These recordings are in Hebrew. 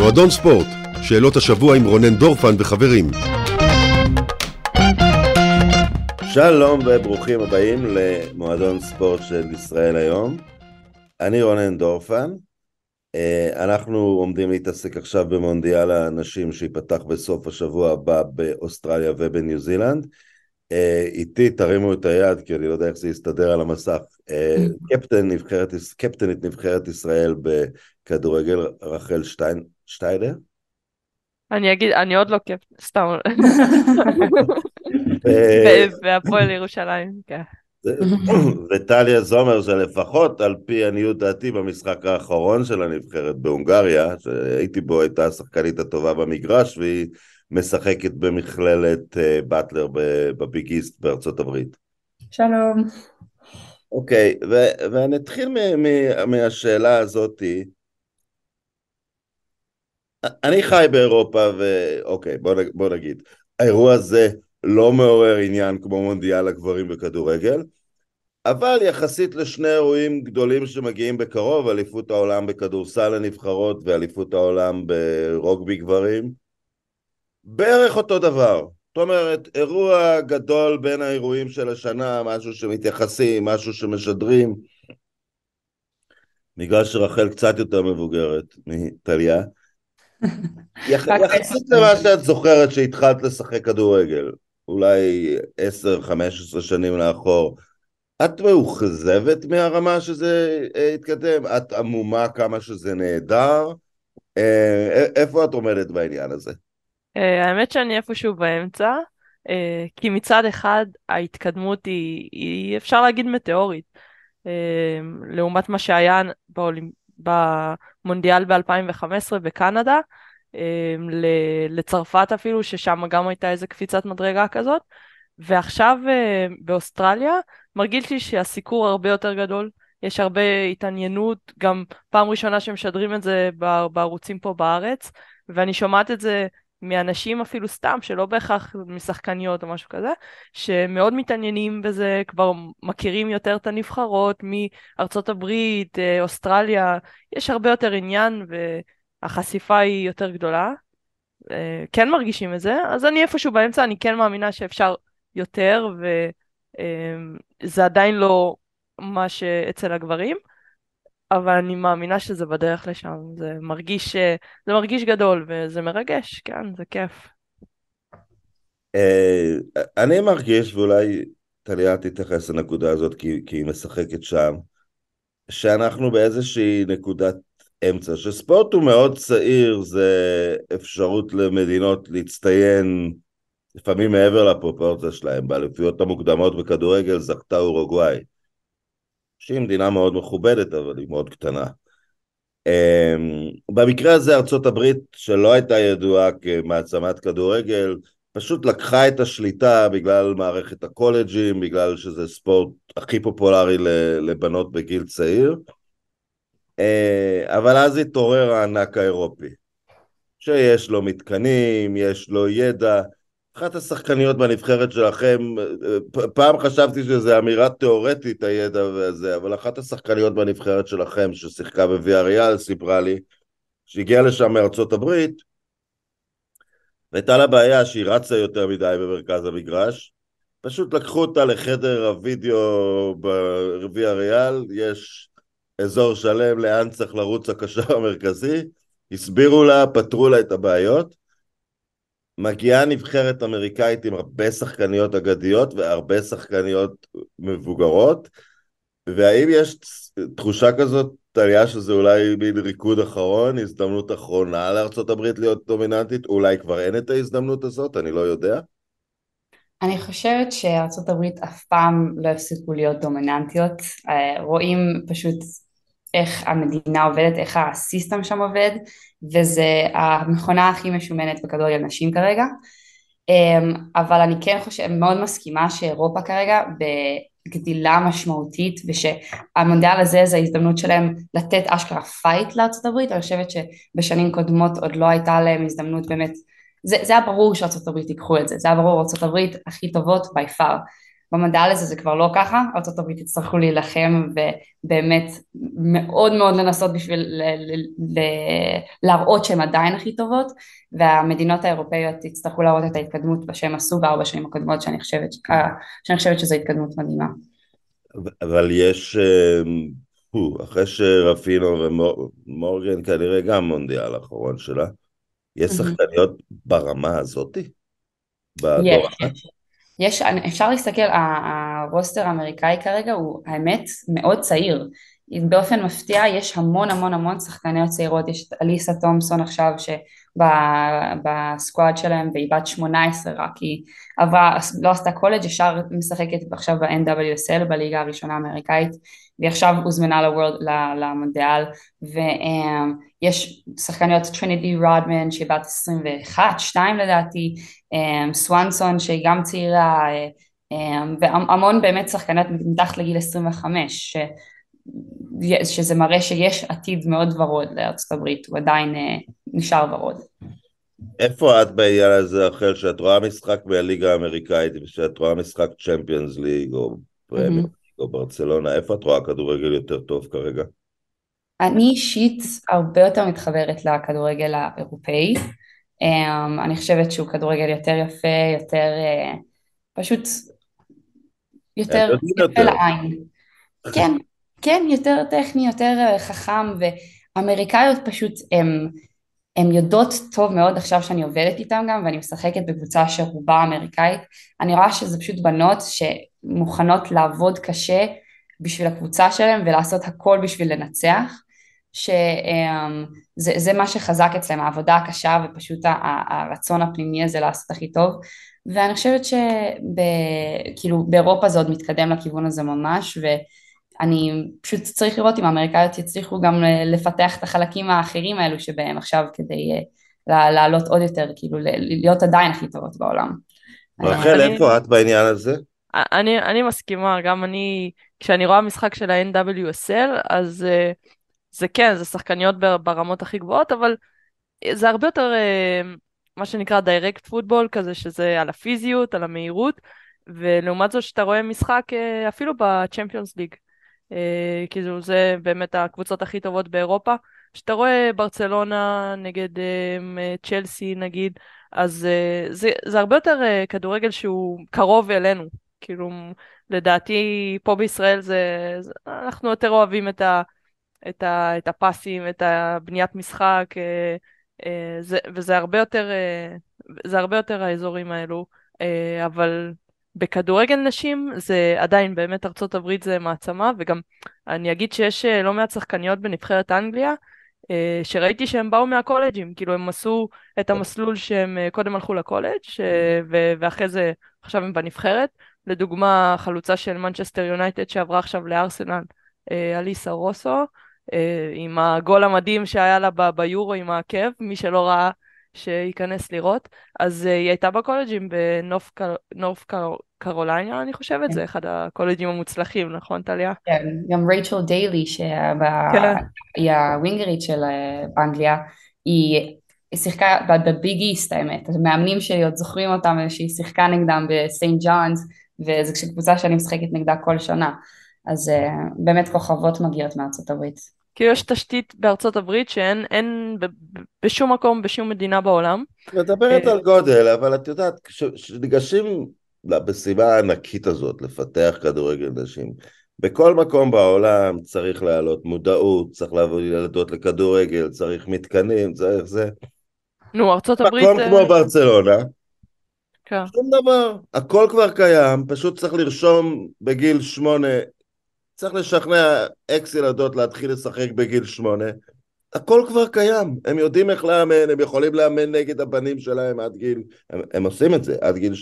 מועדון ספורט, שאלות השבוע עם רונן דורפן וחברים. שלום וברוכים הבאים למועדון ספורט של ישראל היום. אני רונן דורפן. אנחנו עומדים להתעסק עכשיו במונדיאל הנשים שיפתח בסוף השבוע הבא באוסטרליה ובניו זילנד. איתי תרימו את היד כי אני לא יודע איך זה יסתדר על המסך. קפטנית נבחרת ישראל בכדורגל רחל שטיידר. אני אגיד, אני עוד לא קפטן, סתם. והפועל ירושלים, כן. וטליה זומר שלפחות על פי עניות דעתי במשחק האחרון של הנבחרת בהונגריה, שהייתי בו, הייתה השחקנית הטובה במגרש, והיא משחקת במכללת באטלר בביג איסט בארצות הברית. שלום. אוקיי, ונתחיל מהשאלה הזאת. אני חי באירופה, ואוקיי, בוא נגיד, האירוע הזה לא מעורר עניין כמו מונדיאל הגברים בכדורגל, אבל יחסית לשני אירועים גדולים שמגיעים בקרוב, אליפות העולם בכדורסל לנבחרות ואליפות העולם ברוגבי גברים, בערך אותו דבר. זאת אומרת, אירוע גדול בין האירועים של השנה, משהו שמתייחסים, משהו שמשדרים, בגלל שרחל קצת יותר מבוגרת מטליה, יחסית למה שאת זוכרת שהתחלת לשחק כדורגל, אולי 10-15 שנים לאחור, את מאוכזבת מהרמה שזה התקדם? את עמומה כמה שזה נהדר? איפה את עומדת בעניין הזה? האמת שאני איפשהו באמצע, כי מצד אחד ההתקדמות היא אפשר להגיד מטאורית, לעומת מה שהיה במונדיאל ב-2015 בקנדה, לצרפת אפילו, ששם גם הייתה איזו קפיצת מדרגה כזאת, ועכשיו באוסטרליה מרגיש לי שהסיקור הרבה יותר גדול, יש הרבה התעניינות, גם פעם ראשונה שמשדרים את זה בערוצים פה בארץ, ואני שומעת את זה מאנשים אפילו סתם, שלא בהכרח משחקניות או משהו כזה, שמאוד מתעניינים בזה, כבר מכירים יותר את הנבחרות, מארצות הברית, אוסטרליה, יש הרבה יותר עניין והחשיפה היא יותר גדולה, כן מרגישים את זה, אז אני איפשהו באמצע, אני כן מאמינה שאפשר יותר, וזה עדיין לא מה שאצל הגברים, אבל אני מאמינה שזה בדרך לשם, זה מרגיש גדול, וזה מרגש, כן, זה כיף. אני מרגיש, ואולי טליה תתייחס לנקודה הזאת, כי היא משחקת שם, שאנחנו באיזושהי נקודת אמצע, שספורט הוא מאוד צעיר, זה אפשרות למדינות להצטיין, לפעמים מעבר לפרופורציה שלהם, באליפויות המוקדמות בכדורגל זכתה אורוגוואי, שהיא מדינה מאוד מכובדת, אבל היא מאוד קטנה. במקרה הזה ארצות הברית, שלא הייתה ידועה כמעצמת כדורגל, פשוט לקחה את השליטה בגלל מערכת הקולג'ים, בגלל שזה ספורט הכי פופולרי לבנות בגיל צעיר, אבל אז התעורר הענק האירופי, שיש לו מתקנים, יש לו ידע. אחת השחקניות בנבחרת שלכם, פעם חשבתי שזה אמירה תיאורטית הידע וזה, אבל אחת השחקניות בנבחרת שלכם ששיחקה בוויאריאל סיפרה לי, שהגיעה לשם מארצות הברית, והייתה לה בעיה שהיא רצה יותר מדי במרכז המגרש, פשוט לקחו אותה לחדר הווידאו בוויאריאל, יש אזור שלם לאן צריך לרוץ הקשר המרכזי, הסבירו לה, פתרו לה את הבעיות, מגיעה נבחרת אמריקאית עם הרבה שחקניות אגדיות והרבה שחקניות מבוגרות, והאם יש תחושה כזאת, טליה, שזה אולי מין ריקוד אחרון, הזדמנות אחרונה לארצות הברית להיות דומיננטית, אולי כבר אין את ההזדמנות הזאת, אני לא יודע. אני חושבת שארצות הברית אף פעם לא הפסיקו להיות דומיננטיות, רואים פשוט איך המדינה עובדת, איך הסיסטם שם עובד, וזה המכונה הכי משומנת בכדורגל נשים כרגע, אבל אני כן חושבת, מאוד מסכימה שאירופה כרגע בגדילה משמעותית, ושהמונדיאל הזה זה ההזדמנות שלהם לתת אשכרה פייט לארצות הברית. אני חושבת שבשנים קודמות עוד לא הייתה להם הזדמנות באמת, זה היה ברור שארצות הברית ייקחו את זה, זה היה ברור, ארצות הברית הכי טובות by far, במונדיאל הזה זה כבר לא ככה, ארצות הברית יצטרכו להילחם ובאמת מאוד מאוד לנסות בשביל להראות שהן עדיין הכי טובות, והמדינות האירופאיות יצטרכו להראות את ההתקדמות בשם עשו ב4 שנים הקודמות, שאני חושבת שזו התקדמות מדהימה. אבל יש, אחרי שרפינו ומורגן כנראה גם מונדיאל האחרון שלה, יש שחקניות ברמה הזאתי? בדור הבא? יש, אפשר להסתכל, הרוסטר האמריקאי כרגע הוא האמת מאוד צעיר, באופן מפתיע יש המון המון המון שחקניות צעירות, יש את אליסה תומפסון עכשיו בסקואד שלהם והיא בת 18 רק, היא עברה, לא עשתה קולג' ישר משחקת עכשיו ב-NWSL בליגה הראשונה האמריקאית, והיא עכשיו הוזמנה למונדיאל, ויש שחקניות טריניטי רודמן שהיא בת 21, 2 לדעתי, סואנסון שהיא גם צעירה, והמון באמת שחקניות מתחת לגיל 25, שזה מראה שיש עתיד מאוד ורוד לארצות הברית, הוא עדיין נשאר ורוד. איפה את בעניין הזה אחר, שאת רואה משחק מהליגה האמריקאית, ושאת רואה משחק צ'מפיונס ליג או פרמייר ליג או ברצלונה, איפה את רואה כדורגל יותר טוב כרגע? אני אישית הרבה יותר מתחברת לכדורגל האירופאי, אני חושבת שהוא כדורגל יותר יפה, יותר פשוט יותר יפה לעין. כן, כן, יותר טכני, יותר חכם, ואמריקאיות פשוט הן יודעות טוב מאוד, עכשיו שאני עובדת איתן גם, ואני משחקת בקבוצה שרובה אמריקאית, אני רואה שזה פשוט בנות שמוכנות לעבוד קשה בשביל הקבוצה שלהן, ולעשות הכל בשביל לנצח, שזה מה שחזק אצלם, העבודה הקשה, ופשוט הרצון הפנימי הזה לעשות הכי טוב, ואני חושבת שכאילו באירופה זה עוד מתקדם לכיוון הזה ממש, אני פשוט צריך לראות אם האמריקאיות יצליחו גם לפתח את החלקים האחרים האלו שבהם עכשיו כדי לעלות עוד יותר, כאילו להיות עדיין הכי טובות בעולם. רחל, איפה את בעניין הזה? אני מסכימה, גם אני, כשאני רואה משחק של ה-NWSL, אז זה כן, זה שחקניות ברמות הכי גבוהות, אבל זה הרבה יותר מה שנקרא דיירקט פוטבול כזה, שזה על הפיזיות, על המהירות, ולעומת זאת שאתה רואה משחק אפילו בצ'מפיונס ליג, כאילו זה באמת הקבוצות הכי טובות באירופה, שאתה רואה ברצלונה נגד צ'לסי נגיד, אז זה הרבה יותר כדורגל שהוא קרוב אלינו, כאילו לדעתי פה בישראל אנחנו יותר אוהבים את הפסים, את הבניית משחק, וזה הרבה יותר האזורים האלו, אבל בכדורגל נשים זה עדיין באמת ארצות הברית זה מעצמה, וגם אני אגיד שיש לא מעט שחקניות בנבחרת אנגליה, שראיתי שהם באו מהקולג'ים, כאילו הם עשו את המסלול שהם קודם הלכו לקולג' ואחרי זה עכשיו הם בנבחרת, לדוגמה חלוצה של מנצ'סטר יונייטד שעברה עכשיו לארסנל, אליסה רוסו, עם הגול המדהים שהיה לה ביורו עם העקב, מי שלא ראה שייכנס לראות, אז היא הייתה בקולג'ים בנורף קרוליינה, אני חושבת, זה אחד הקולג'ים המוצלחים, נכון טליה? כן, גם רייצ'ל דיילי, שהיא הווינגרית של אנגליה, היא שיחקה בביג איסט, האמת, המאמנים שלי עוד זוכרים אותם, שהיא שיחקה נגדם בסיינט ג'ונס, וזו קבוצה שאני משחקת נגדה כל שנה, אז באמת כוכבות מגיעות מארצות הברית. כאילו יש תשתית בארצות הברית שאין בשום מקום, בשום מדינה בעולם. מדברת על גודל, אבל את יודעת, כשניגשים במשימה הענקית הזאת, לפתח כדורגל נשים, בכל מקום בעולם צריך להעלות מודעות, צריך לעבוד ילדות לכדורגל, צריך מתקנים, צריך זה. נו, ארצות הברית... מקום כמו ברצלונה, כן. שום דבר, הכל כבר קיים, פשוט צריך לרשום בגיל 8, צריך לשכנע אקס ילדות להתחיל לשחק בגיל 8, הכל כבר קיים, הם יודעים איך לאמן, הם יכולים לאמן נגד הבנים שלהם עד גיל, הם עושים את זה, עד גיל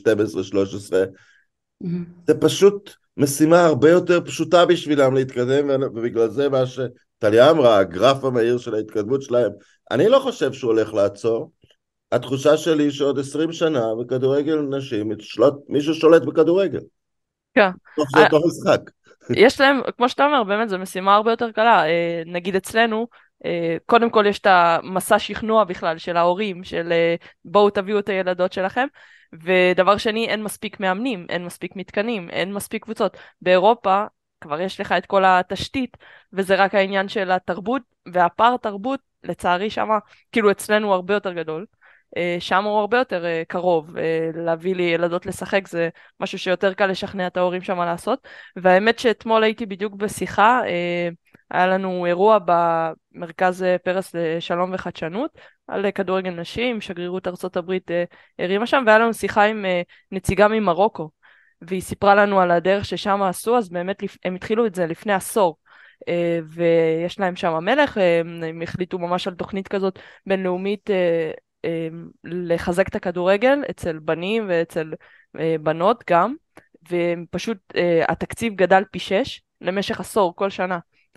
12-13, זה פשוט משימה הרבה יותר פשוטה בשבילם להתקדם, ובגלל זה מה שטליה אמרה, הגרף המהיר של ההתקדמות שלהם, אני לא חושב שהוא הולך לעצור, התחושה שלי שעוד 20 שנה בכדורגל נשים, מישהו שולט בכדורגל. כן. זה אותו משחק. יש להם, כמו שאתה אומר, באמת זו משימה הרבה יותר קלה. נגיד אצלנו, קודם כל יש את המסע שכנוע בכלל של ההורים, של בואו תביאו את הילדות שלכם, ודבר שני, אין מספיק מאמנים, אין מספיק מתקנים, אין מספיק קבוצות. באירופה כבר יש לך את כל התשתית, וזה רק העניין של התרבות, והפער תרבות, לצערי שמה, כאילו אצלנו הרבה יותר גדול. שם הוא הרבה יותר קרוב, להביא לי ילדות לשחק זה משהו שיותר קל לשכנע את ההורים שם לעשות, והאמת שאתמול הייתי בדיוק בשיחה, היה לנו אירוע במרכז פרס לשלום וחדשנות, על כדורגל נשים, שגרירות ארצות הברית הרימה שם, והיה לנו שיחה עם נציגה ממרוקו, והיא סיפרה לנו על הדרך ששם עשו, אז באמת הם התחילו את זה לפני עשור, ויש להם שם מלך, הם החליטו ממש על תוכנית כזאת בינלאומית, לחזק את הכדורגל אצל בנים ואצל בנות גם, ופשוט התקציב גדל פי 6 למשך עשור כל שנה,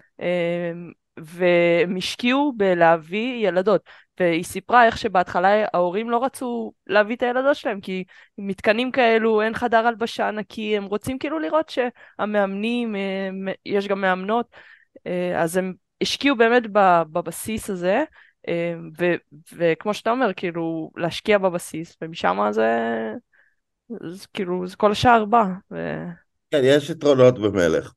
והם השקיעו בלהביא ילדות, והיא סיפרה איך שבהתחלה ההורים לא רצו להביא את הילדות שלהם, כי מתקנים כאלו, אין חדר הלבשה נקי, הם רוצים כאילו לראות שהמאמנים, יש גם מאמנות, אז הם השקיעו באמת בבסיס הזה, וכמו שאתה אומר, כאילו, להשקיע בבסיס, ומשם זה כאילו, זה כל השאר בא. כן, יש יתרונות במלך,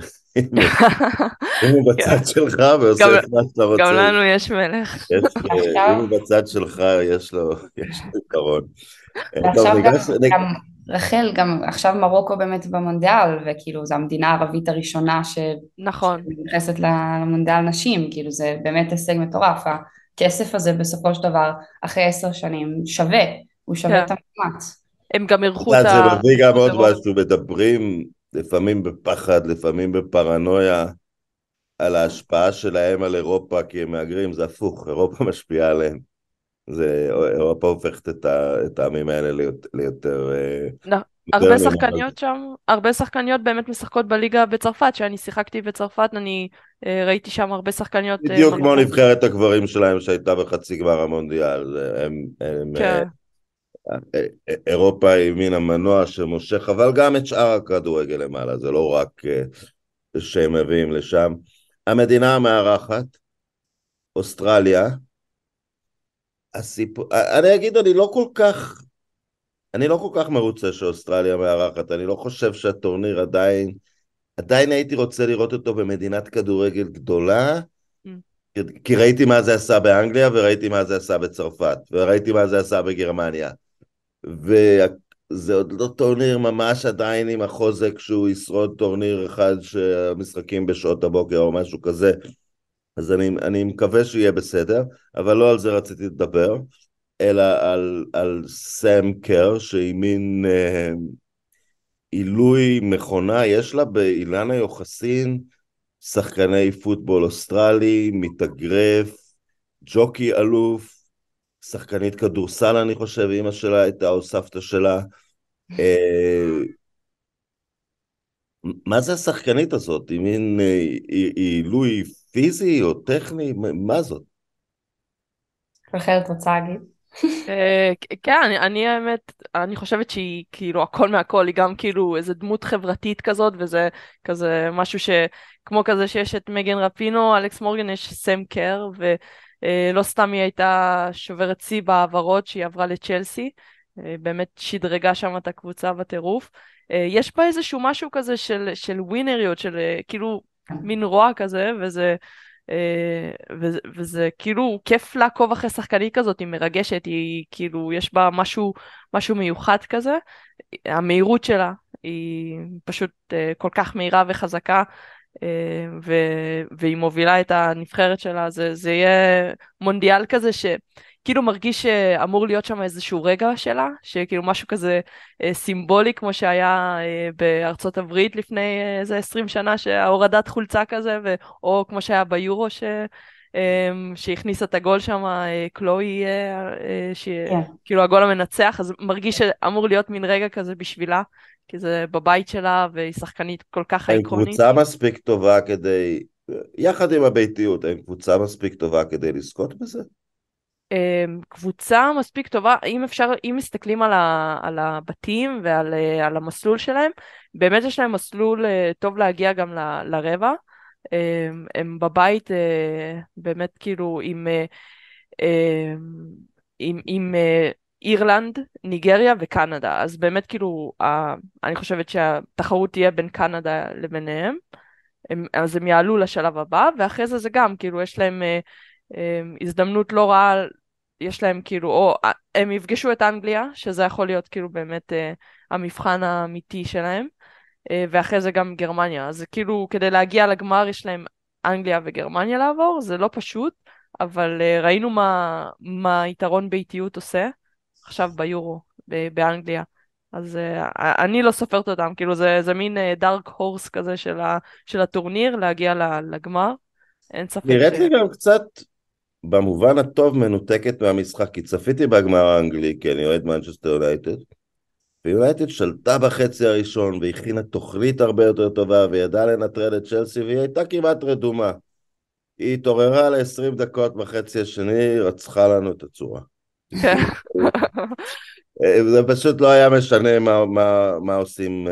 אם הוא בצד שלך ועושה את מה שאתה רוצה. גם לנו יש מלך. אם הוא בצד שלך, יש לו יתרון. ועכשיו גם, רחל, גם עכשיו מרוקו באמת במונדיאל, וכאילו זו המדינה הערבית הראשונה שנכנסת למונדיאל נשים, כאילו זה באמת הישג מטורף, הכסף הזה בסופו של דבר, אחרי 10 שנים, שווה, הוא שווה את המאמץ. הם גם ערכו את זה מביא גם עוד משהו, מדברים לפעמים בפחד, לפעמים בפרנויה, על ההשפעה שלהם על אירופה, כי הם מהגרים, זה הפוך, אירופה משפיעה עליהם. אירופה הופכת את העמים האלה ליותר... הרבה שחקניות שם, הרבה שחקניות באמת משחקות בליגה בצרפת, שאני שיחקתי בצרפת, אני ראיתי שם הרבה שחקניות... בדיוק כמו נבחרת הגברים שלהם שהייתה בחצי גמר המונדיאל, אירופה היא מין המנוע שמושך, אבל גם את שאר הכדורגל למעלה, זה לא רק שהם מביאים לשם. המדינה המארחת, אוסטרליה, אני אגיד, אני לא כל כך מרוצה שאוסטרליה מארחת, אני לא חושב שהטורניר עדיין הייתי רוצה לראות אותו במדינת כדורגל גדולה, כי ראיתי מה זה עשה באנגליה, וראיתי מה זה עשה בצרפת, וראיתי מה זה עשה בגרמניה, וזה עוד לא טורניר ממש עדיין עם החוזק שהוא ישרוד טורניר אחד שהמשחקים בשעות הבוקר או משהו כזה, אז אני מקווה שיהיה בסדר, אבל לא על זה רציתי לדבר, אלא על סם קר, שהיא מין עילוי מכונה, יש לה באילנה יוחסין שחקני פוטבול אוסטרלי, מתאגרף, ג'וקי אלוף, שחקנית כדורסל אני חושב, אמא שלה הייתה או סבתא שלה. מה זה השחקנית הזאת? היא מין עילוי פיזי או טכני? מה זאת? רחל, את רוצה להגיד? כן, אני האמת, אני חושבת שהיא כאילו הכל מהכל, היא גם כאילו איזה דמות חברתית כזאת, וזה כזה משהו כמו כזה שיש את מגן רפינו, אלכס מורגן, יש סם קר, ולא סתם היא הייתה שוברת שיא בעברות שהיא עברה לצ'לסי, באמת שדרגה שם את הקבוצה בטירוף. יש בה איזשהו משהו כזה של ווינריות, של כאילו מין רוע כזה, וזה כאילו כיף לעקוב אחרי שחקנית כזאת, היא מרגשת, היא כאילו יש בה משהו מיוחד כזה, המהירות שלה היא פשוט כל כך מהירה וחזקה, והיא מובילה את הנבחרת שלה, זה יהיה מונדיאל כזה שכאילו מרגיש שאמור להיות שם איזשהו רגע שלה, שכאילו משהו כזה סימבולי כמו שהיה בארצות הברית לפני איזה 20 שנה, שההורדת חולצה כזה, או כמו שהיה ביורו שהכניסה את הגול שם, קלואי, כאילו הגול המנצח, אז מרגיש שאמור להיות מין רגע כזה בשבילה, כי זה בבית שלה, והיא שחקנית כל כך אייקונית. קבוצה מספיק טובה כדי, יחד עם הביתיות, האם קבוצה מספיק טובה כדי לזכות בזה? קבוצה מספיק טובה, אם מסתכלים על הבתים ועל המסלול שלהם, באמת יש להם מסלול טוב להגיע גם לרבע, הם בבית באמת כאילו אה, עם אירלנד, ניגריה וקנדה. אז באמת כאילו, אני חושבת שהתחרות תהיה בין קנדה לביניהם. אז הם יעלו לשלב הבא, ואחרי זה גם, כאילו, יש להם הזדמנות לא רעה, יש להם כאילו, או הם יפגשו את אנגליה, שזה יכול להיות כאילו באמת המבחן האמיתי שלהם, ואחרי זה גם גרמניה. אז כאילו, כדי להגיע לגמר, יש להם אנגליה וגרמניה לעבור, זה לא פשוט, אבל ראינו מה יתרון ביתיות עושה עכשיו ביורו, באנגליה. אז אני לא סופרת אותם, כאילו זה מין דארק הורס כזה של הטורניר, להגיע לגמר. אין ספק נראית לי גם קצת, במובן הטוב, מנותקת מהמשחק, כי צפיתי בגמר האנגלי, כי אני אוהד מנצ'סטר יונייטד, ויונייטד שלטה בחצי הראשון, והכינה תוכנית הרבה יותר טובה, וידעה לנטרל את צ'לסי, והיא הייתה כמעט רדומה. היא התעוררה ל-20 דקות בחצי השני, רצחה לנו את הצורה. כן. זה פשוט לא היה משנה מה עושים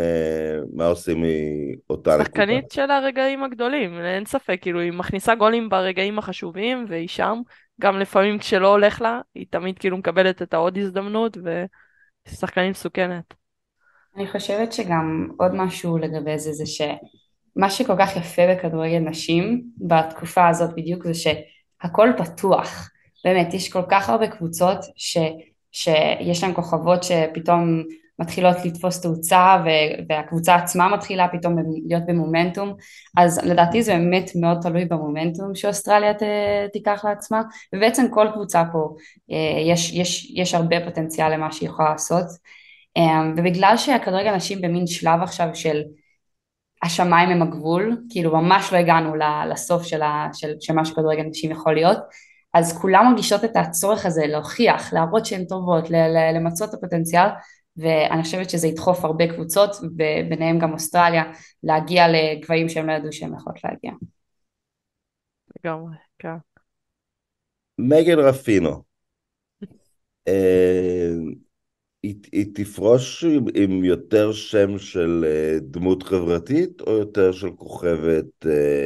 מאותה נקודה. שחקנית של הרגעים הגדולים, אין ספק, כאילו היא מכניסה גולים ברגעים החשובים, והיא שם, גם לפעמים כשלא הולך לה, היא תמיד כאילו מקבלת את העוד הזדמנות, ושחקנית מסוכנת. אני חושבת שגם עוד משהו לגבי זה שמה שכל כך יפה בכדורגל נשים בתקופה הזאת בדיוק זה שהכל פתוח. באמת, יש כל כך הרבה קבוצות שיש להן כוכבות שפתאום מתחילות לתפוס תאוצה והקבוצה עצמה מתחילה פתאום להיות במומנטום, אז לדעתי זה באמת מאוד תלוי במומנטום שאוסטרליה תיקח לעצמה, ובעצם כל קבוצה פה יש הרבה פוטנציאל למה שהיא יכולה לעשות. ובגלל שהכדורגל נשים במין שלב עכשיו של השמיים הם הגבול, כאילו ממש לא הגענו לסוף של מה שכדורגל נשים יכול להיות, אז כולם מרגישות את הצורך הזה להוכיח, להראות שהן טובות, למצות את הפוטנציאל, ואני חושבת שזה ידחוף הרבה קבוצות, וביניהם גם אוסטרליה, להגיע לגבהים שהם לא ידעו שהם יכולות להגיע. לגמרי, כן. מגן רפינו. היא תפרוש עם יותר שם של דמות חברתית, או יותר של כוכבת?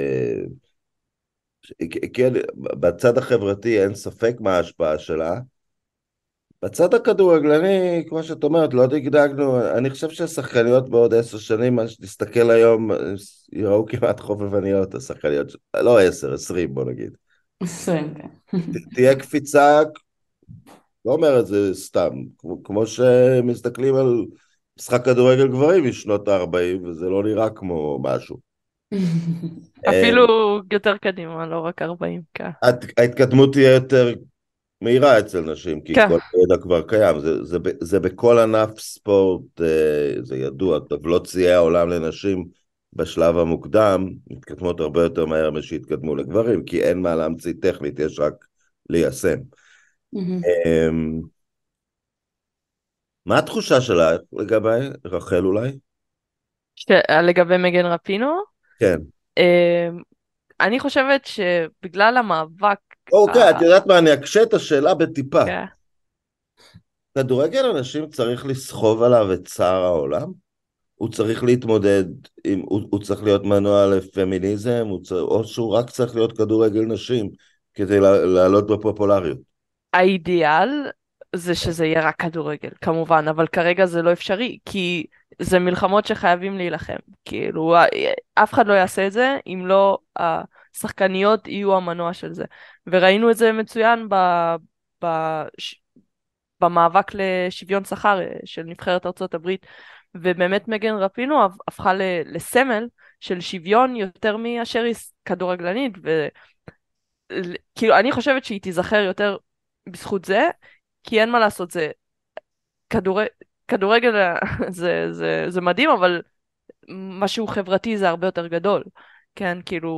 כן, בצד החברתי אין ספק מה ההשפעה שלה. בצד הכדורגלני, כמו שאת אומרת, לא דגדגנו. אני חושב שהשחקניות בעוד 10 שנים, מה שתסתכל היום, יראו כמעט חובבניות, השחקניות, לא 10, 20 בוא נגיד. 20, כן. תהיה קפיצה, לא אומר את זה סתם, כמו שמסתכלים על משחק כדורגל גברים משנות ה-40, וזה לא נראה כמו משהו. אפילו יותר קדימה, לא רק 40, כן. ההתקדמות תהיה יותר מהירה אצל נשים, כי כן. כל הידע כבר קיים, זה בכל ענף ספורט, זה ידוע, טבלות שיאי העולם לנשים בשלב המוקדם, מתקדמות הרבה יותר מהר משהתקדמו לגברים, כי אין מה להמציא טכנית, יש רק ליישם. מה התחושה שלך לגבי רחל אולי? לגבי מגן רפינו? כן. אני חושבת שבגלל המאבק... אוקיי, את יודעת מה, אני אקשה את השאלה בטיפה. כן. כדורגל אנשים צריך לסחוב עליו את צער העולם? הוא צריך להתמודד, הוא צריך להיות מנוע לפמיניזם, או שהוא רק צריך להיות כדורגל נשים כדי לעלות בפופולריות? האידיאל זה שזה יהיה רק כדורגל, כמובן, אבל כרגע זה לא אפשרי, כי זה מלחמות שחייבים להילחם. כאילו, אף אחד לא יעשה את זה אם לא השחקניות יהיו המנוע של זה. וראינו את זה מצוין במאבק לשוויון שכר של נבחרת ארצות הברית, ובאמת מגן רפינו הפכה לסמל של שוויון יותר מאשר היא כדורגלנית, וכאילו אני חושבת שהיא תיזכר יותר בזכות זה, כי אין מה לעשות, זה כדורגל זה מדהים, אבל משהו חברתי זה הרבה יותר גדול, כן, כאילו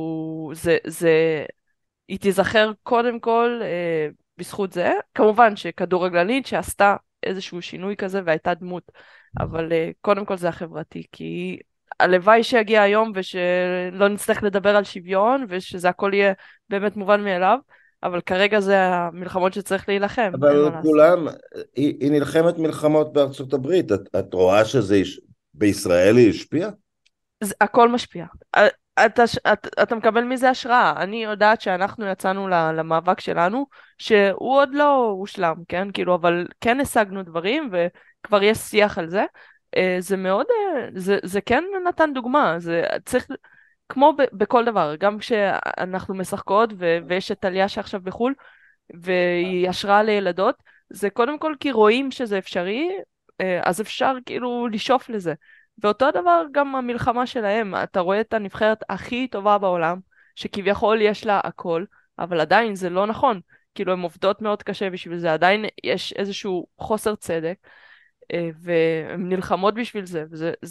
היא תיזכר קודם כל בזכות זה, כמובן שכדורגלנית שעשתה איזשהו שינוי כזה והייתה דמות, אבל קודם כל זה החברתי, כי הלוואי שיגיע היום ושלא נצטרך לדבר על שוויון ושזה הכל יהיה באמת מובן מאליו, אבל כרגע זה המלחמות שצריך להילחם. אבל כולם, היא נלחמת מלחמות בארצות הברית, את רואה שזה בישראל היא השפיעה? הכל משפיע. אתה מקבל מזה השראה. אני יודעת שאנחנו יצאנו למאבק שלנו, שהוא עוד לא הושלם, כן? כאילו, אבל כן השגנו דברים, וכבר יש שיח על זה. זה מאוד, זה כן נתן דוגמה. זה צריך, כמו בכל דבר, גם כשאנחנו משחקות, ויש את טליה שעכשיו בחול, והיא השראה לילדות, זה קודם כל כי רואים שזה אפשרי, אז אפשר כאילו לשאוף לזה. ואותו דבר גם המלחמה שלהם, אתה רואה את הנבחרת הכי טובה בעולם, שכביכול יש לה הכל, אבל עדיין זה לא נכון. כאילו הן עובדות מאוד קשה בשביל זה, עדיין יש איזשהו חוסר צדק, והן נלחמות בשביל זה,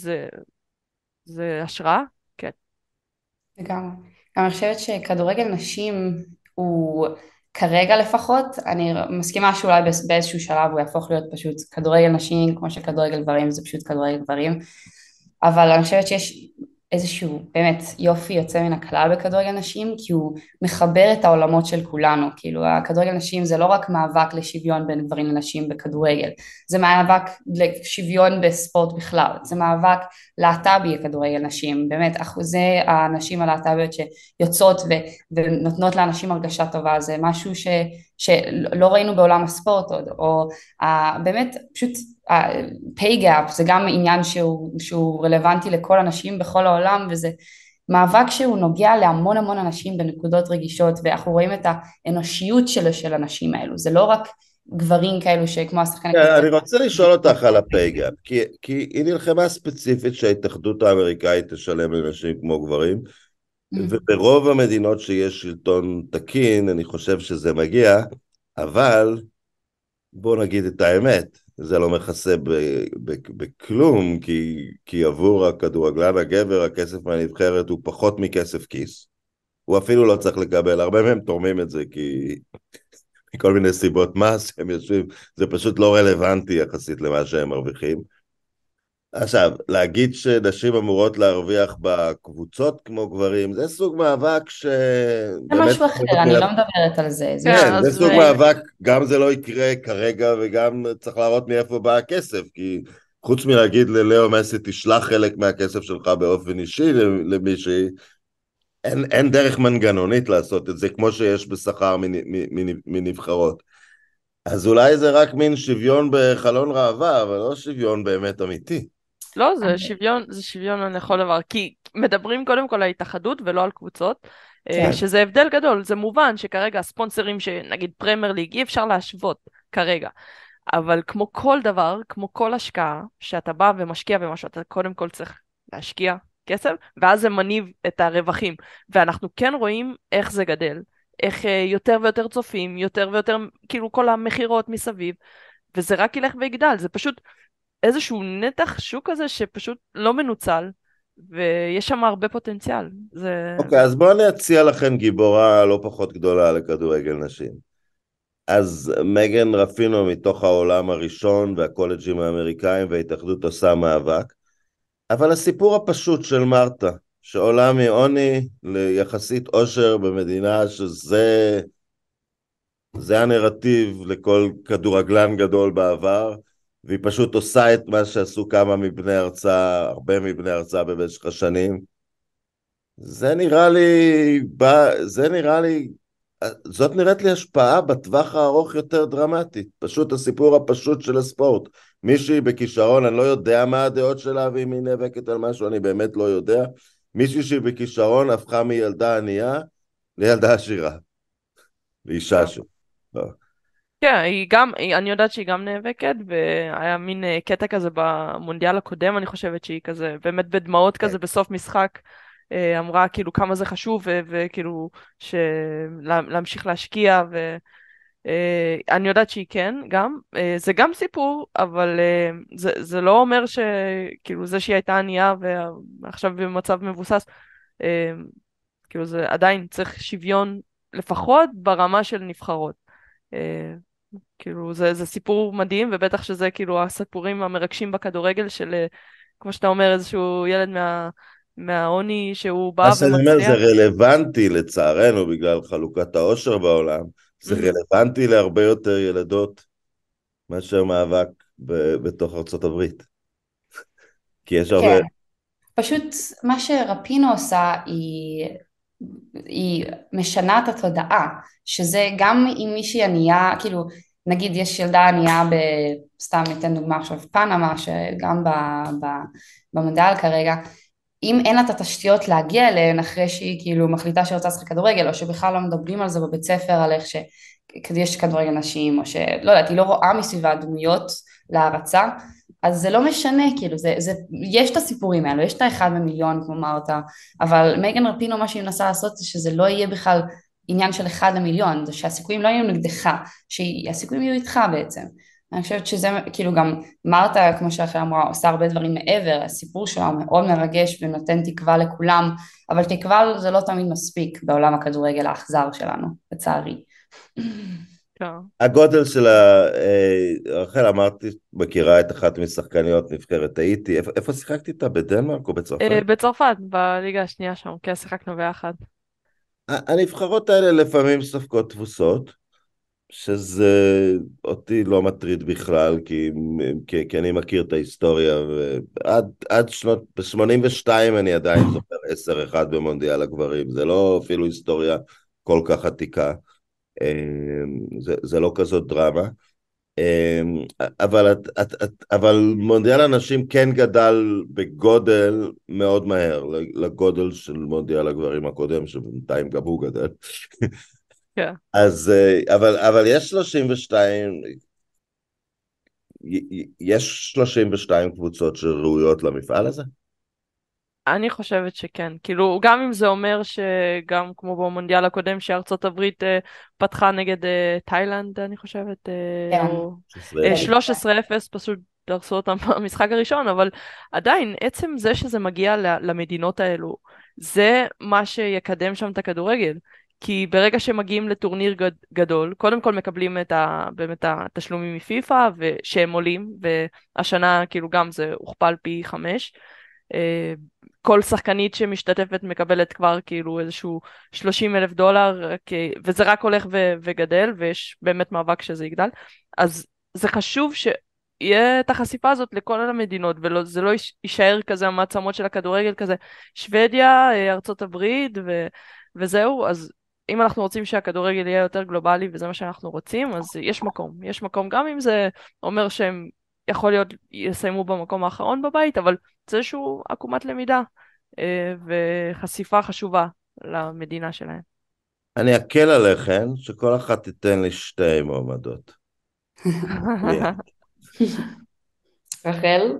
זה השראה, כן. לגמרי. גם אני חושבת שכדורגל נשים הוא כרגע לפחות, אני מסכימה שאולי באיזשהו שלב הוא יהפוך להיות פשוט כדורגל נשים, כמו שכדורגל גברים זה פשוט כדורגל גברים, אבל אני חושבת שיש איזשהו באמת יופי יוצא מן הכלל בכדורגל נשים, כי הוא מחבר את העולמות של כולנו, כאילו הכדורגל נשים זה לא רק מאבק לשוויון בין גברים לנשים בכדורגל, זה מאבק לשוויון בספורט בכלל, זה מאבק להט"בי כדורגל נשים, באמת אחוזי הנשים הלהט"ביות שיוצאות ונותנות לאנשים הרגשה טובה, זה משהו שלא ראינו בעולם הספורט עוד, או באמת פשוט pay gap זה גם עניין שהוא רלוונטי לכל אנשים בכל העולם, וזה מאבק שהוא נוגע להמון המון אנשים בנקודות רגישות, ואנחנו רואים את האנושיות של הנשים האלו, זה לא רק גברים כאלו שכמו השחקן... אני רוצה לשאול אותך על הפייגאפ, כי היא נלחמה ספציפית שההתאחדות האמריקאית תשלם לנשים כמו גברים, וברוב המדינות שיש שלטון תקין, אני חושב שזה מגיע, אבל בוא נגיד את האמת, זה לא מכסה בכלום, כי עבור הכדורגלן הגבר הכסף מהנבחרת הוא פחות מכסף כיס. הוא אפילו לא צריך לקבל, הרבה מהם תורמים את זה, כי מכל מיני סיבות מס, הם יושבים, זה פשוט לא רלוונטי יחסית למה שהם מרוויחים. עכשיו, להגיד שנשים אמורות להרוויח בקבוצות כמו גברים, זה סוג מאבק ש... זה משהו אחר, אני לא מדברת על זה. כן, זה סוג מאבק, גם זה לא יקרה כרגע, וגם צריך להראות מאיפה בא הכסף, כי חוץ מלהגיד ללאו מסי, תשלח חלק מהכסף שלך באופן אישי למישהי, אין דרך מנגנונית לעשות את זה, כמו שיש בשכר מנבחרות. אז אולי זה רק מין שוויון בחלון ראווה, אבל לא שוויון באמת אמיתי. לא, זה שוויון לכל דבר, כי מדברים קודם כל על ההתאחדות ולא על קבוצות, שזה הבדל גדול, זה מובן שכרגע הספונסרים שנגיד פרמייר ליג אי אפשר להשוות כרגע, אבל כמו כל דבר, כמו כל השקעה, שאתה בא ומשקיע במשהו, אתה קודם כל צריך להשקיע כסף, ואז זה מניב את הרווחים, ואנחנו כן רואים איך זה גדל, איך יותר ויותר צופים, יותר ויותר, כאילו כל המחירות מסביב, וזה רק ילך ויגדל, זה פשוט איזשהו נתח שוק הזה שפשוט לא מנוצל, ויש שם הרבה פוטנציאל. אוקיי, אז בואו אני אציע לכם גיבורה לא פחות גדולה לכדורגל נשים. אז מגן רפינו מתוך העולם הראשון והקולג'ים האמריקאים וההתאחדות עושה מאבק, אבל הסיפור הפשוט של מרתה, שעולה מעוני ליחסית עושר במדינה שזה הנרטיב לכל כדורגלן גדול בעבר, והיא פשוט עושה את מה שעשו כמה מבני ארצה, הרבה מבני ארצה במשך השנים. זאת נראית לי השפעה בטווח הארוך יותר דרמטית. פשוט הסיפור הפשוט של הספורט. מישהי בכישרון, אני לא יודע מה הדעות שלה, ואם היא נאבקת על משהו, אני באמת לא יודע. מישהי שהיא בכישרון הפכה מילדה ענייה לילדה עשירה. לאישה שם. כן, אני יודעת שהיא גם נאבקת, והיה מין קטע כזה במונדיאל הקודם, אני חושבת שהיא כזה, באמת בדמעות כזה בסוף משחק, אמרה כאילו כמה זה חשוב, וכאילו להמשיך להשקיע, ואני יודעת שהיא כן, גם, זה גם סיפור, אבל זה לא אומר שכאילו זה שהיא הייתה ענייה, ועכשיו במצב מבוסס, כאילו זה עדיין צריך שוויון, לפחות ברמה של נבחרות. כאילו זה סיפור מדהים, ובטח שזה כאילו הסיפורים המרגשים בכדורגל של, כמו שאתה אומר, איזשהו ילד מהעוני שהוא בא ומצליח. אז אני אומר, זה רלוונטי לצערנו בגלל חלוקת העושר בעולם, זה רלוונטי להרבה יותר ילדות מאשר מאבק בתוך ארצות הברית. כי יש הרבה... פשוט מה שרפינו עושה היא משנה את התודעה, שזה גם אם מישהי ענייה, כאילו נגיד יש ילדה ענייה סתם ניתן דוגמה עכשיו פנמה, שגם במונדיאל כרגע, אם אין לה את התשתיות להגיע אליהן אחרי שהיא כאילו מחליטה שהיא רוצה לשחק כדורגל, או שבכלל לא מדברים על זה בבית ספר, על איך יש כדורגל נשים, או שלא יודעת, היא לא רואה מסביבה דמויות להרצה, אז זה לא משנה, כאילו, יש את הסיפורים האלו, יש את האחד במיליון, כמו אמרת, אבל מייגן רפינו, מה שהיא מנסה לעשות זה שזה לא יהיה בכלל עניין של אחד למיליון, זה שהסיכויים לא יהיו נגדך, שהסיכויים יהיו איתך בעצם. אני חושבת שזה, כאילו גם מרתה, כמו שאחרי אמרה, עושה הרבה דברים מעבר, הסיפור שלה מאוד מרגש ונותן תקווה לכולם, אבל תקווה זה לא תמיד מספיק בעולם הכדורגל האכזר שלנו, לצערי. הגודל של רחל, אמרתי, מכירה את אחת משחקניות נבחרת האיטי, איפה שיחקת איתה? בדנמרק או בצרפת? בצרפת, בליגה השנייה שם, כן, שיחקנו ביחד. הנבחרות האלה לפעמים סופגות תבוסות, שזה אותי לא מטריד בכלל, כי אני מכיר את ההיסטוריה, ועד שנות, ב-82 אני עדיין זוכר 10-1 במונדיאל הגברים, זה לא אפילו היסטוריה כל כך עתיקה, זה לא כזאת דרמה, אבל מונדיאל הנשים כן גדל בגודל מאוד מהר, לגודל של מונדיאל הגברים הקודם, שבינתיים גם הוא גדל. כן. אז, אבל יש 32, יש 32 קבוצות שראויות למפעל הזה? אני חושבת שכן, כאילו גם אם זה אומר שגם כמו במונדיאל הקודם שארצות הברית פתחה נגד תאילנד, אני חושבת, או 13-0, פשוט דרסו אותם במשחק הראשון, אבל עדיין עצם זה שזה מגיע למדינות האלו, זה מה שיקדם שם את הכדורגל, כי ברגע שמגיעים לטורניר גדול, קודם כל מקבלים באמת התשלומים מפיפא, שהם עולים, והשנה כאילו גם זה הוכפל פי 5, כל שחקנית שמשתתפת מקבלת כבר כאילו איזשהו $30,000, וזה רק הולך וגדל, ויש באמת מאבק שזה יגדל, אז זה חשוב שיהיה את החשיפה הזאת לכל המדינות, וזה לא יישאר כזה המעצמות של הכדורגל, כזה שוודיה, ארצות הברית, וזהו. אז אם אנחנו רוצים שהכדורגל יהיה יותר גלובלי, וזה מה שאנחנו רוצים, אז יש מקום, גם אם זה אומר שהם יכול להיות יסיימו במקום האחרון בבית, אבל זה איזשהו עקומת למידה וחשיפה חשובה למדינה שלהם. אני אקל עליכם שכל אחת תיתן לי 2 מועמדות. רחל?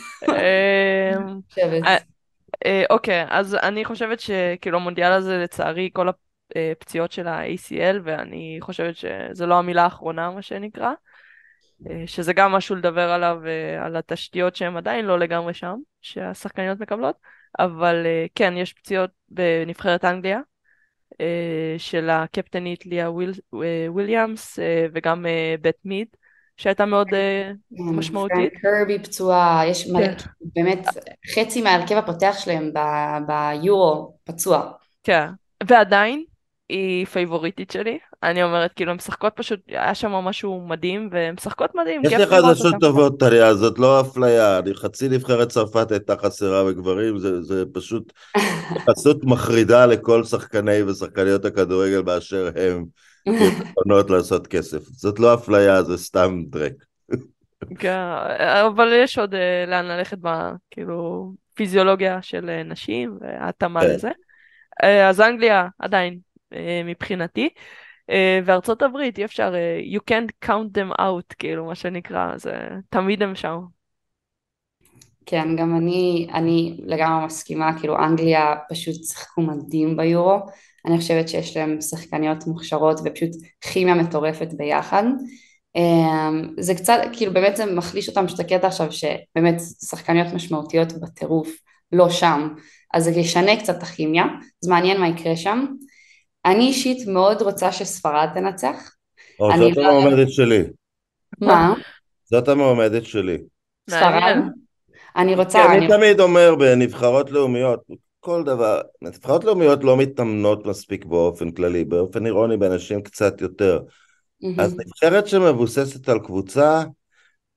אוקיי, אז אני חושבת שכאילו המונדיאל הזה לצערי כל הפציעות של ה-ACL, ואני חושבת שזה לא המילה האחרונה מה שנקרא, שזה גם משהו לדבר עליו, על התשתיות שהן עדיין לא לגמרי שם, שהשחקניות מקבלות, אבל כן, יש פציעות בנבחרת אנגליה, של הקפטנית ליה וויליאמס, וגם בית מיד, שהייתה מאוד משמעותית. פרנק קרבי פצועה, יש באמת חצי מהרכב הפותח שלהם ביורו פצוע. כן, ועדיין היא פייבוריטית שלי, אני אומרת, כאילו, הם משחקות פשוט, היה שם משהו מדהים, והם משחקות מדהים. יש לי חדשות טובות, טליה, זאת לא אפליה, חצי נבחרת צרפת הייתה חסרה בגברים, זה פשוט חסות מחרידה לכל שחקני ושחקניות הכדורגל באשר הם יכולות לעשות כסף. זאת לא אפליה, זה סתם דרק. כן, אבל יש עוד לאן ללכת כאילו, פיזיולוגיה של נשים, והתאמה לזה. אז אנגליה עדיין מבחינתי, וארצות הברית אי אפשר, you can't count them out, כאילו מה שנקרא, זה תמיד הם שם. כן, גם אני לגמרי מסכימה, כאילו אנגליה פשוט שיחקו מדהים ביורו, אני חושבת שיש להם שחקניות מוכשרות ופשוט כימיה מטורפת ביחד, זה קצת, כאילו באמת זה מחליש אותם שאתה קטע עכשיו שבאמת שחקניות משמעותיות בטירוף לא שם, אז זה ישנה קצת את הכימיה, אז מעניין מה יקרה שם. אני אישית מאוד רוצה שספרד תנצח. זאת המועמדת שלי. מה? זאת המועמדת שלי. ספרד? אני רוצה... אני תמיד אומר בנבחרות לאומיות, כל דבר, נבחרות לאומיות לא מתאמנות מספיק באופן כללי, באופן אירוני באנשים קצת יותר. אז נבחרת שמבוססת על קבוצה,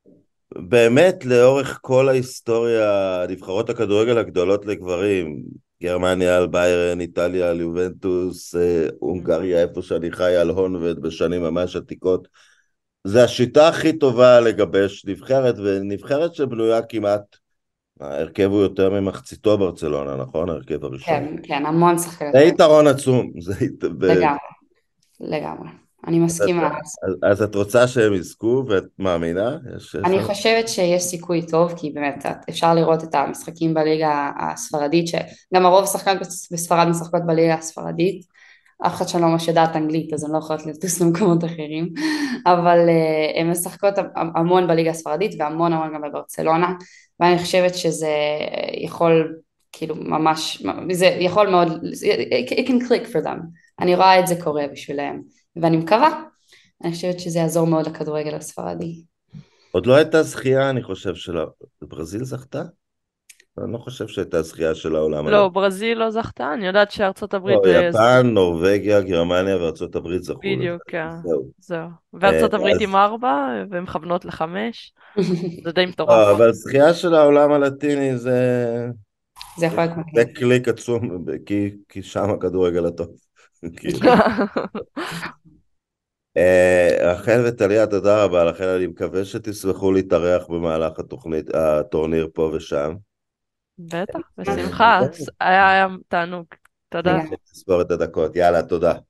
באמת לאורך כל ההיסטוריה, נבחרות הכדורגל הגדולות לגברים, גרמניה על ביירן, איטליה על יובנטוס, הונגריה איפה שאני חי על הונבד בשנים ממש עתיקות, זה השיטה הכי טובה לגבש נבחרת, ונבחרת שבנויה כמעט, ההרכב הוא יותר ממחציתו ברצלונה, נכון? ההרכב הראשון. כן, כן, המון שחקנים. זה יתרון עצום. לגמרי, לגמרי. אני מסכימה. אז את רוצה שהם יזכו ואת מאמינה? אני חושבת שיש סיכוי טוב, כי באמת אפשר לראות את המשחקים בליגה הספרדית, שגם הרוב שחקן בספרד משחקות בליגה הספרדית, אף אחד שם לא ממש יודעת אנגלית, אז אני לא יכולת לטוס למקומות אחרים, אבל הן משחקות המון בליגה הספרדית, והמון המון גם בברצלונה, ואני חושבת שזה יכול, כאילו ממש, זה יכול מאוד, it can click for them, אני רואה את זה קורה בשבילם, ואני מקווה, אני חושבת שזה יעזור מאוד לכדורגל הספרדי. עוד לא הייתה זכייה, אני חושב, ברזיל זכתה? אני לא חושב שהייתה זכייה של העולם. לא, ברזיל לא זכתה, אני יודעת שארצות הברית... לא, יפן, נורווגיה, גרמניה וארצות הברית זכו. בדיוק, זהו. וארצות הברית עם 4, והן מכוונות ל5, זה די מטורף. אבל זכייה של העולם הלטיני זה... זה יכול להיות זה קליק עצום, כי שם הכדורגל הטוב. רחל וטליה, תודה רבה לכם, אני מקווה שתסמכו להתארח במהלך הטורניר פה ושם. בטח, בשמחה, היה תענוג, תודה. תספור את הדקות, יאללה, תודה.